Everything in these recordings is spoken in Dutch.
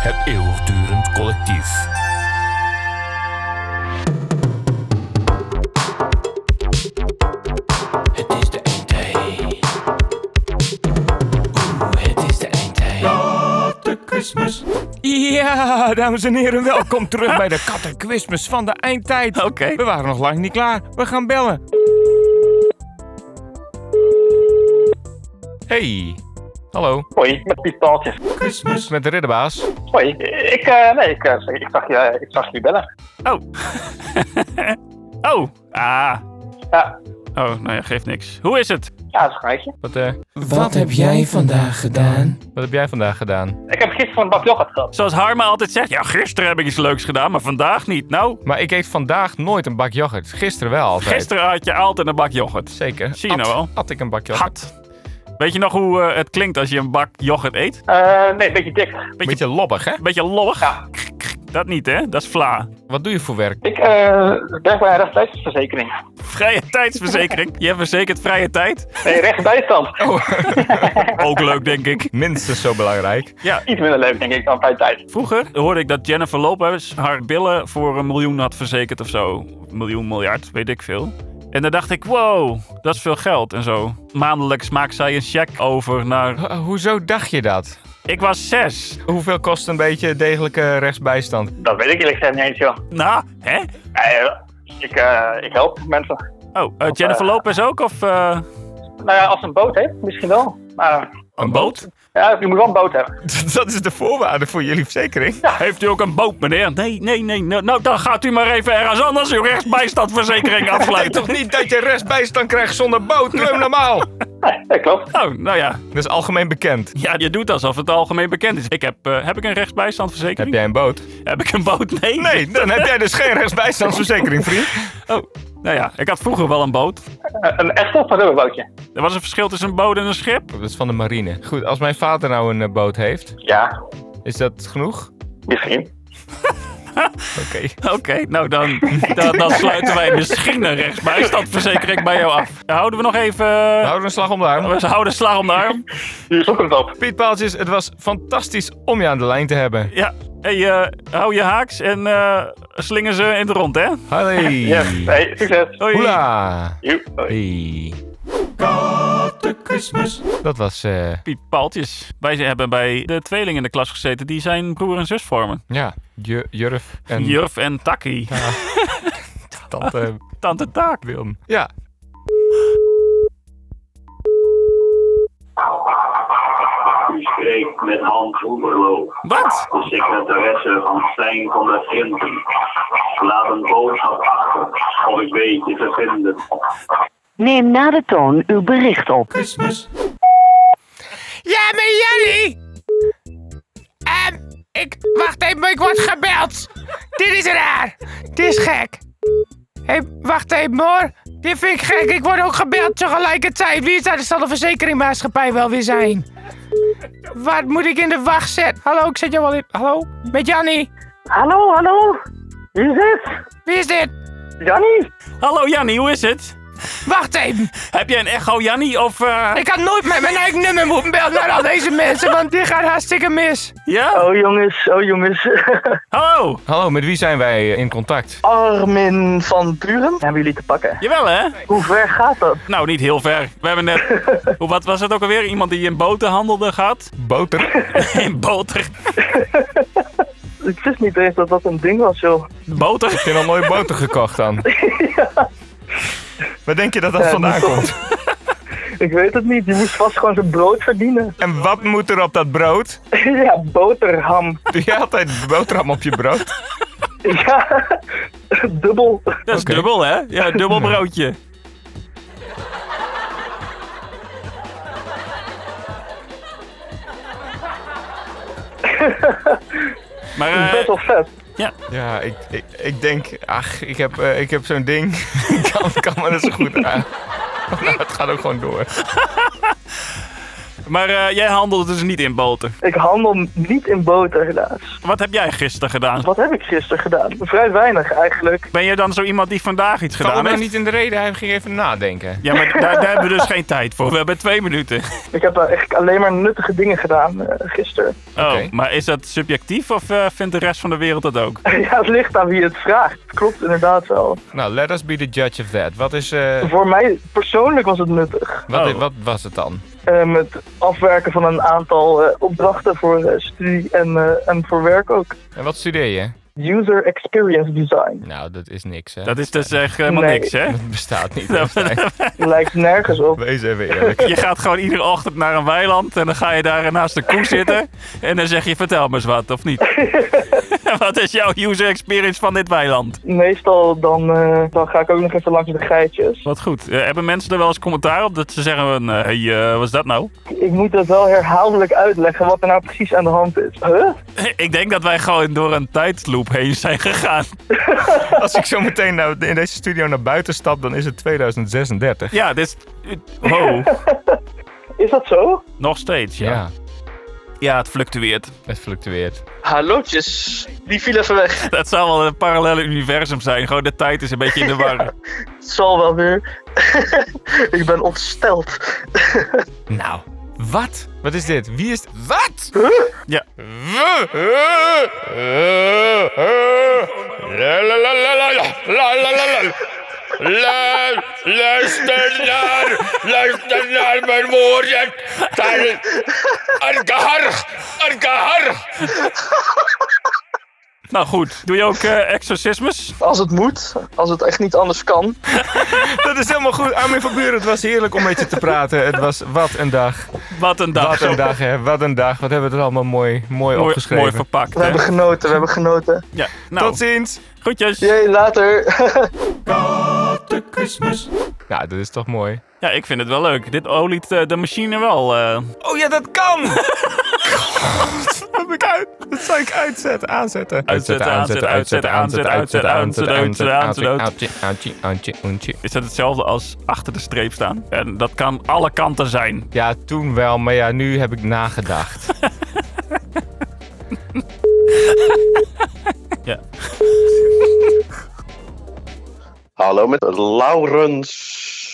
Het eeuwigdurend collectief. Het is de eindtijd. Het is de eindtijd. Kattenquizmas. Ja, dames en heren, welkom terug bij de Kattenquizmas van de eindtijd. Oké. We waren nog lang niet klaar. We gaan bellen. Hey. Hallo. Hoi, met Piet Paaltjes. Christmas. Met de ridderbaas. Hoi, ik zag jullie bellen. Oh. Oh. Ah. Ja, Oh, nou ja, geeft niks. Hoe is het? ja, dat is een rijtje. Wat heb jij vandaag gedaan? Wat heb jij vandaag gedaan? Ik heb gisteren een bak yoghurt gehad. Zoals Harma altijd zegt, ja, gisteren heb ik iets leuks gedaan, maar vandaag niet. Nou, Maar ik eet vandaag nooit een bak yoghurt. Gisteren wel altijd. gisteren had je altijd een bak yoghurt. Zeker. Zie je nou wel? Had ik een bak yoghurt. Gat. Weet je nog hoe het klinkt als je een bak yoghurt eet? Nee, een beetje dik. Beetje lobbig, hè? Beetje lollig? Ja. Dat niet, hè? Dat is vla. Wat doe je voor werk? Ik werk bij een rechtsbijstandsverzekering. Vrije tijdsverzekering. Je hebt verzekerd vrije tijd. Nee, rechtsbijstand. Ook leuk, denk ik. Minstens zo belangrijk. Ja, Iets minder leuk, denk ik, dan bij tijd. vroeger hoorde ik dat Jennifer Lopez haar billen voor 1 miljoen had verzekerd of zo. Miljard, weet ik veel. En dan dacht ik, wow, dat is veel geld en zo. Maandelijks maakt zij een cheque over naar... Hoezo dacht je dat? Ik was 6. Hoeveel kost een beetje degelijke rechtsbijstand? Dat weet ik eerlijk gezegd niet eens, joh. Nou, hè? Ik help mensen. Oh, Jennifer Lopez ook? Of Nou ja, als ze een boot heeft, misschien wel. Maar een boot? ja, je moet wel een boot hebben. Dat is de voorwaarde voor jullie verzekering. Heeft u ook een boot, meneer? Nee. Nou, dan gaat u maar even ergens anders uw rechtsbijstandverzekering Lijkt afsluiten. toch niet dat je rechtsbijstand krijgt zonder boot? Doe hem normaal. Nee, dat klopt. Oh, nou ja. Dat is algemeen bekend. Ja, je doet alsof het algemeen bekend is. Heb ik een Heb rechtsbijstandverzekering? jij een boot? Heb ik een boot? Nee. Nee, dan heb jij dus geen rechtsbijstandsverzekering, vriend. Oh, nou ja, ik had vroeger wel een boot. Een echte of een rubberbootje? Er was een verschil tussen een boot en een schip. Dat is van de marine. Goed, als mijn vader nou een boot heeft, Ja, is dat genoeg? misschien. Oké. Nou dan sluiten wij misschien een rechtsbijstandverzekering bij jou af. Houden we nog even... Houden we een slag om de arm. We houden slag om de arm. Hier zoeken we het op. Piet Paaltjes, het was fantastisch om je aan de lijn te hebben. Ja, hey, hou je haaks en slingen ze in de rond, hè? Hallo. Yes, hey, succes. Hoi. Hoela. Joep, hoi. Hey. Dat was, Piet Paaltjes. Wij hebben bij de tweeling in de klas gezeten die zijn broer en zus vormen. ja, Jurf en Jurf en Takkie. tante Tante Taak. Wilm. Ja. U spreekt met Hans Oeberlo, Wat? de secretaresse van Stijn van der Grinten. Laat een boodschap achter, of ik weet je te vinden. Neem na de toon uw bericht op. Ja, maar Jannie! Wacht even, ik word gebeld. Dit is raar. Dit is gek. Wacht even hoor. Dit vind ik gek. Ik word ook gebeld tegelijkertijd. Wie is daar? Dat zal de verzekeringmaatschappij wel weer zijn. Wat moet ik in de wacht zetten? Hallo, ik zet jou wel in. Hallo? Met Jannie. Hallo. Wie is dit? Wie is dit? Jannie? Hallo Jannie, hoe is het? Wacht even. Heb jij een echo Jannie of... Ik had nooit met mijn eigen nummer moeten bellen naar al deze mensen, want dit gaat hartstikke mis. Ja? Oh jongens. Hallo. Hallo, met wie zijn wij in contact? Armin van Buren. Hebben jullie te pakken? Jawel hè? Hoe ver gaat dat? Nou, niet heel ver. We hebben net... Wat was het ook alweer? Iemand die in boten handelde gehad? Boter. In boter. Ik wist niet eens dat dat een ding was, joh. Boter? Heb je nog nooit boter gekocht dan? Waar denk je dat dat vandaan niet komt? Ik weet het niet. Je moest vast gewoon zijn brood verdienen. En wat moet er op dat brood? Ja, boterham. Doe jij altijd boterham op je brood? Ja, dubbel. Dat is Oké. dubbel hè? Ja, dubbel broodje. Maar Best wel vet. Ja, ik denk, ik heb zo'n ding. kan me dat zo goed aan. Nou, het gaat ook gewoon door. Maar jij handelt dus niet in boter. Ik handel niet in boter, helaas. Wat heb jij gisteren gedaan? Wat heb ik gisteren gedaan? Vrij weinig, eigenlijk. Ben je dan zo iemand die vandaag iets Val gedaan nou heeft? niet in de reden, hij ging even nadenken. Ja, maar daar hebben we dus geen tijd voor. We hebben 2 minuten. Ik heb eigenlijk alleen maar nuttige dingen gedaan gisteren. Oh, Oké. maar is dat subjectief of vindt de rest van de wereld dat ook? Ja, het ligt aan wie het vraagt. Het klopt inderdaad wel. Nou, let us be the judge of that. Wat is... Voor mij persoonlijk was het nuttig. wat was het dan? Het afwerken van een aantal opdrachten voor studie en voor werk ook. En wat studeer je? User Experience Design. Nou, dat is niks, hè? Dat is dus echt helemaal Nee. niks, hè? Dat bestaat niet. hè, Stijn. Lijkt nergens op. Wees even eerlijk. Je gaat gewoon iedere ochtend naar een weiland en dan ga je daar naast de koe zitten. En dan zeg je, vertel me eens wat, of niet? Wat is jouw user experience van dit weiland? Meestal dan ga ik ook nog even langs de geitjes. Wat goed. Hebben mensen er wel eens commentaar op dat ze zeggen, hey, wat is dat nou? Ik moet dat wel herhaaldelijk uitleggen wat er nou precies aan de hand is. Huh? Ik denk dat wij gewoon door een tijdsloop heen zijn gegaan. Als ik zo meteen in deze studio naar buiten stap, dan is het 2036. Ja, dit is... Wow. Is dat zo? Nog steeds, ja. Ja, Ja, het fluctueert. het fluctueert. Hallootjes, die viel even weg. Dat zou wel een parallele universum zijn. Gewoon de tijd is een beetje in de war. Het zal wel weer. Ik ben ontsteld. Nou, wat? Wat is dit? Wie is... Wat? Ja. Luister naar mijn woorden. Nou goed, doe je ook exorcismes? Als het moet, als het echt niet anders kan. Dat is helemaal goed. Armin van Buuren, het was heerlijk om met je te praten. Het was wat een dag. Wat een dag. Wat een dag, hè. Wat een dag. Wat hebben we er allemaal mooi opgeschreven. Mooi verpakt, We hè? hebben genoten. Ja, nou, Tot ziens. groetjes. Jee, later. Christmas. Nou, dat is toch mooi. Ja, ik vind het wel leuk. Dit oliet de machine wel. Oh ja, dat kan! God, dat heb ik uit. Dat zou ik uitzetten, aanzetten. Is dat hetzelfde als achter de streep staan? En dat kan alle kanten zijn. Ja, toen wel, maar ja, nu heb ik nagedacht. Ja. Hallo, met Laurens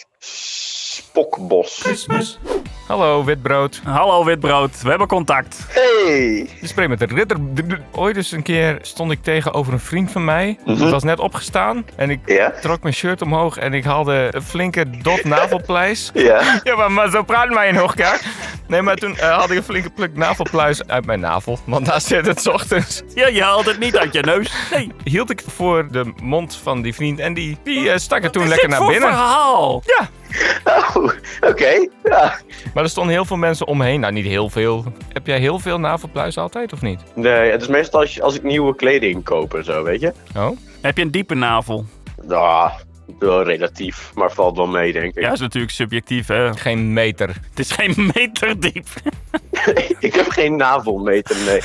Spokbos. Hallo, witbrood. Hallo witbrood, we hebben contact. Hey! Je spreekt met de ridder. Ooit eens een keer stond ik tegenover een vriend van mij. Ik was net opgestaan en ik Ja? trok mijn shirt omhoog en ik haalde een flinke dot navelpluis. Ja? Ja, maar zo praat mij nog, ja. Nee, maar toen haalde ik een flinke pluk navelpluis uit mijn navel. Want daar zit het 's ochtends. Ja, je haalt het niet uit je neus. Nee. Hield ik voor de mond van die vriend en die stak het toen lekker naar binnen. Verhaal? Ja, Oh, oké. Ja. maar er stonden heel veel mensen omheen. Nou, niet heel veel. Heb jij heel veel navelpluis altijd, of niet? Nee, het is meestal als ik nieuwe kleding koop en zo, weet je? Oh? Heb je een diepe navel? Ah, wel relatief, maar valt wel mee, denk ik. Ja, is natuurlijk subjectief, hè. Geen meter. Het is geen meter diep. Ik heb geen navelmeter, nee.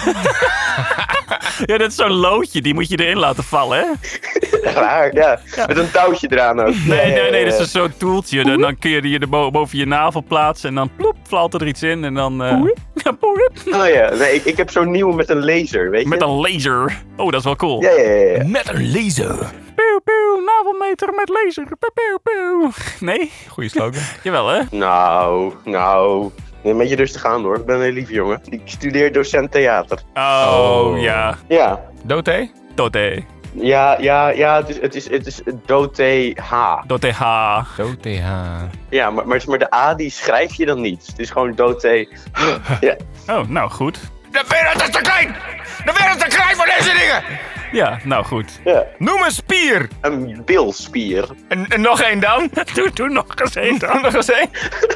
Ja, dat is zo'n loodje, die moet je erin laten vallen, hè? Raar, ja. Met een touwtje eraan ook. Nee, dat is zo'n toeltje. Dan kun je die boven je navel plaatsen en dan ploep, valt er iets in en dan... Ja, poep. Oh ja, nee, ik heb zo'n nieuwe met een laser, weet je? Met een laser. Oh, dat is wel cool. Ja. Met een laser. Pew, pew, navelmeter met laser. Pew, pew, pew. Nee? Goeie slogan. Jawel, hè? Nou. Een beetje rustig aan hoor, ik ben een heel lief jongen. Ik studeer docent theater. Oh, ja. Ja. Doté? Doté. Ja, het is DOTH. Doté-H. Doté. Ja, maar de A die schrijf je dan niet. Het is gewoon DOT. Ja. Oh, nou goed. De wereld is te klein! De wereld is te klein voor deze dingen! Ja, nou goed. Ja. Noem een spier! Een bilspier. En nog één dan? Doe nog eens één dan. Nog eens één?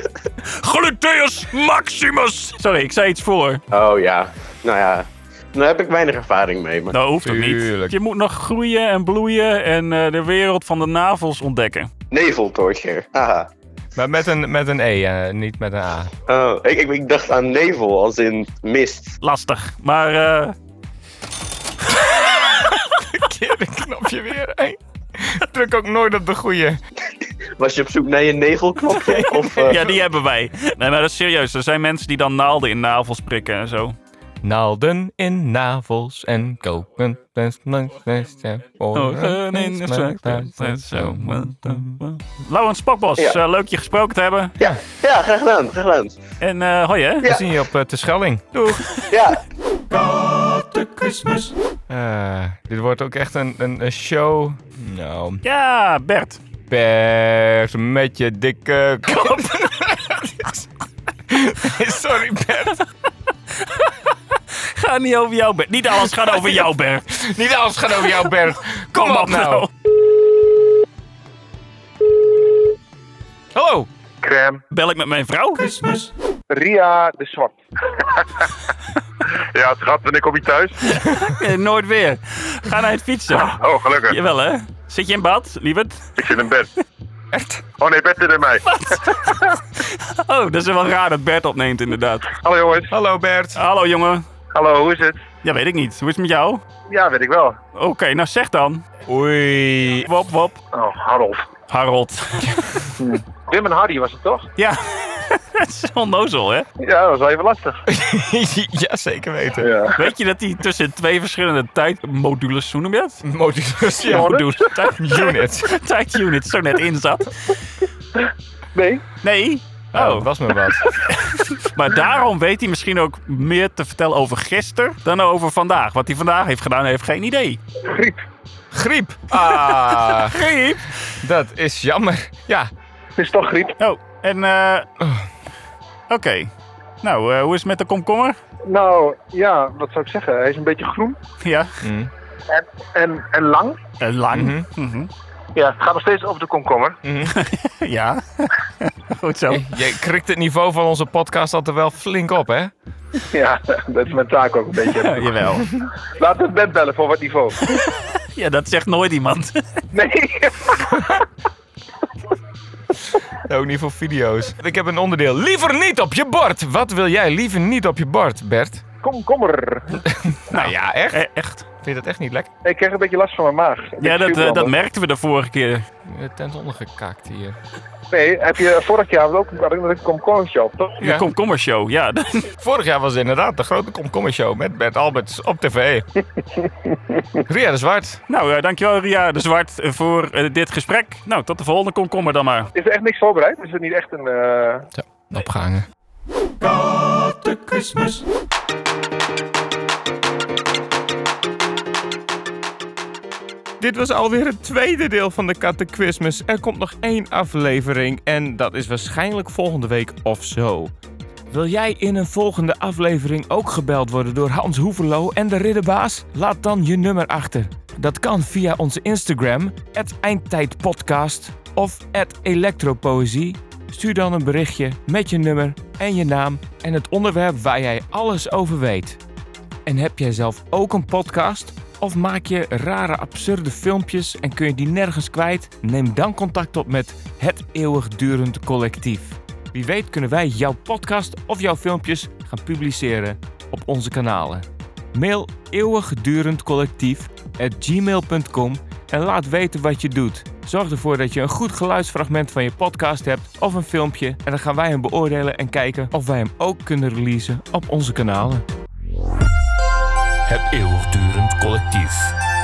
Gluteus maximus. Sorry, ik zei iets voor. Oh ja, nou ja. Daar heb ik weinig ervaring mee. Maar... Dat hoeft ook niet. Tuurlijk. Je moet nog groeien en bloeien en de wereld van de navels ontdekken. Neveltorture. Haha. Maar met een E, niet met een A. Oh, ik dacht aan nevel als in mist. Lastig, maar Verkeerde knopje weer, hè? Druk ook nooit op de goeie. Was je op zoek naar je nevelknopje? Of, Ja, die hebben wij. Nee, maar dat is serieus. Er zijn mensen die dan naalden in navels prikken en zo. Naalden in navels en koken. Laurens Spokbos, Ja. leuk je gesproken te hebben. Ja, graag gedaan. En hoi hè? We zien je op Terschelling. Doeg. Ja, Christmas. Dit wordt ook echt een show. Nou, Ja, Bert. Bert, met je dikke kop. Sorry, Bert. Ga niet over jou, Bert. Niet alles gaat over jou, Bert. Niet alles gaat over jou, Bert. Kom op nou. Hallo. Crème. Bel ik met mijn vrouw? Ria de Zwart. Ja, schat, ben ik op je thuis? Nooit weer. Ga naar het fietsen. Oh, gelukkig. Jawel hè? Zit je in bad, lieverd? Ik zit in bed. Echt? Oh nee, Bert zit in mij. Oh, dat is wel raar dat Bert opneemt inderdaad. Hallo jongens. Hallo, Bert. Hallo jongen. Hallo, hoe is het? Ja, weet ik niet. Hoe is het met jou? Ja, weet ik wel. Oké, nou zeg dan. Oei. Wop, wop. Oh, Harold. Harold. Wim en Harry was het toch? Ja. Dat is onnozel, hè? Ja, dat was wel even lastig. Ja, zeker weten. Ja. Weet je dat hij tussen 2 verschillende tijdmodules, hoe noem je dat? Modulus, ja. Modules. Unit. Tijdunit zo net in zat. Nee? Nee. Oh, Oh, was me wat. maar daarom weet hij misschien ook meer te vertellen over gisteren dan over vandaag. Wat hij vandaag heeft gedaan, heeft geen idee. Griep. Griep. Ah, Griep. dat is jammer. Ja. Het is toch griep? Oh, en oké. Nou, hoe is het met de komkommer? Nou, ja, wat zou ik zeggen? Hij is een beetje groen. Ja. Mm. En lang. Lang. Mhm. Mhm. Ja, het gaat nog steeds over de komkommer. Ja. Goed zo. Je krikt het niveau van onze podcast altijd wel flink op, hè? Ja, dat is mijn taak ook een beetje. Jawel. Laten we het bed bellen voor wat niveau. Ja, dat zegt nooit iemand. Nee. Ook niet voor video's. Ik heb een onderdeel. Liever niet op je bord. Wat wil jij liever niet op je bord, Bert? Komkommer. Nou ja, echt? Echt? Vind je dat echt niet lekker? Ik krijg een beetje last van mijn maag. Ja, dat merkten we de vorige keer. Je tent ondergekakt hier. Nee, heb je vorig jaar ook een komkommertje op, toch? De komkommershow, ja. Vorig jaar was inderdaad de grote komkommershow met Bert Alberts op tv. Ria de Zwart. Nou, dankjewel Ria de Zwart voor dit gesprek. Nou, tot de volgende komkommer dan maar. Is er echt niks voorbereid? Is het niet echt een... Zo, opgehangen. Christmas. Dit was alweer het tweede deel van de Catechismus. Er komt nog 1 aflevering en dat is waarschijnlijk volgende week of zo. Wil jij in een volgende aflevering ook gebeld worden door Hans Hoeverlo en de Ridderbaas? Laat dan je nummer achter. Dat kan via onze Instagram, @eindtijdpodcast of @elektropoëzie. Stuur dan een berichtje met je nummer en je naam en het onderwerp waar jij alles over weet. En heb jij zelf ook een podcast? Of maak je rare, absurde filmpjes en kun je die nergens kwijt? Neem dan contact op met Het Eeuwigdurend Collectief. Wie weet kunnen wij jouw podcast of jouw filmpjes gaan publiceren op onze kanalen. Mail eeuwigdurendcollectief@gmail.com en laat weten wat je doet. Zorg ervoor dat je een goed geluidsfragment van je podcast hebt of een filmpje. En dan gaan wij hem beoordelen en kijken of wij hem ook kunnen releasen op onze kanalen. Het eeuwigdurend collectief.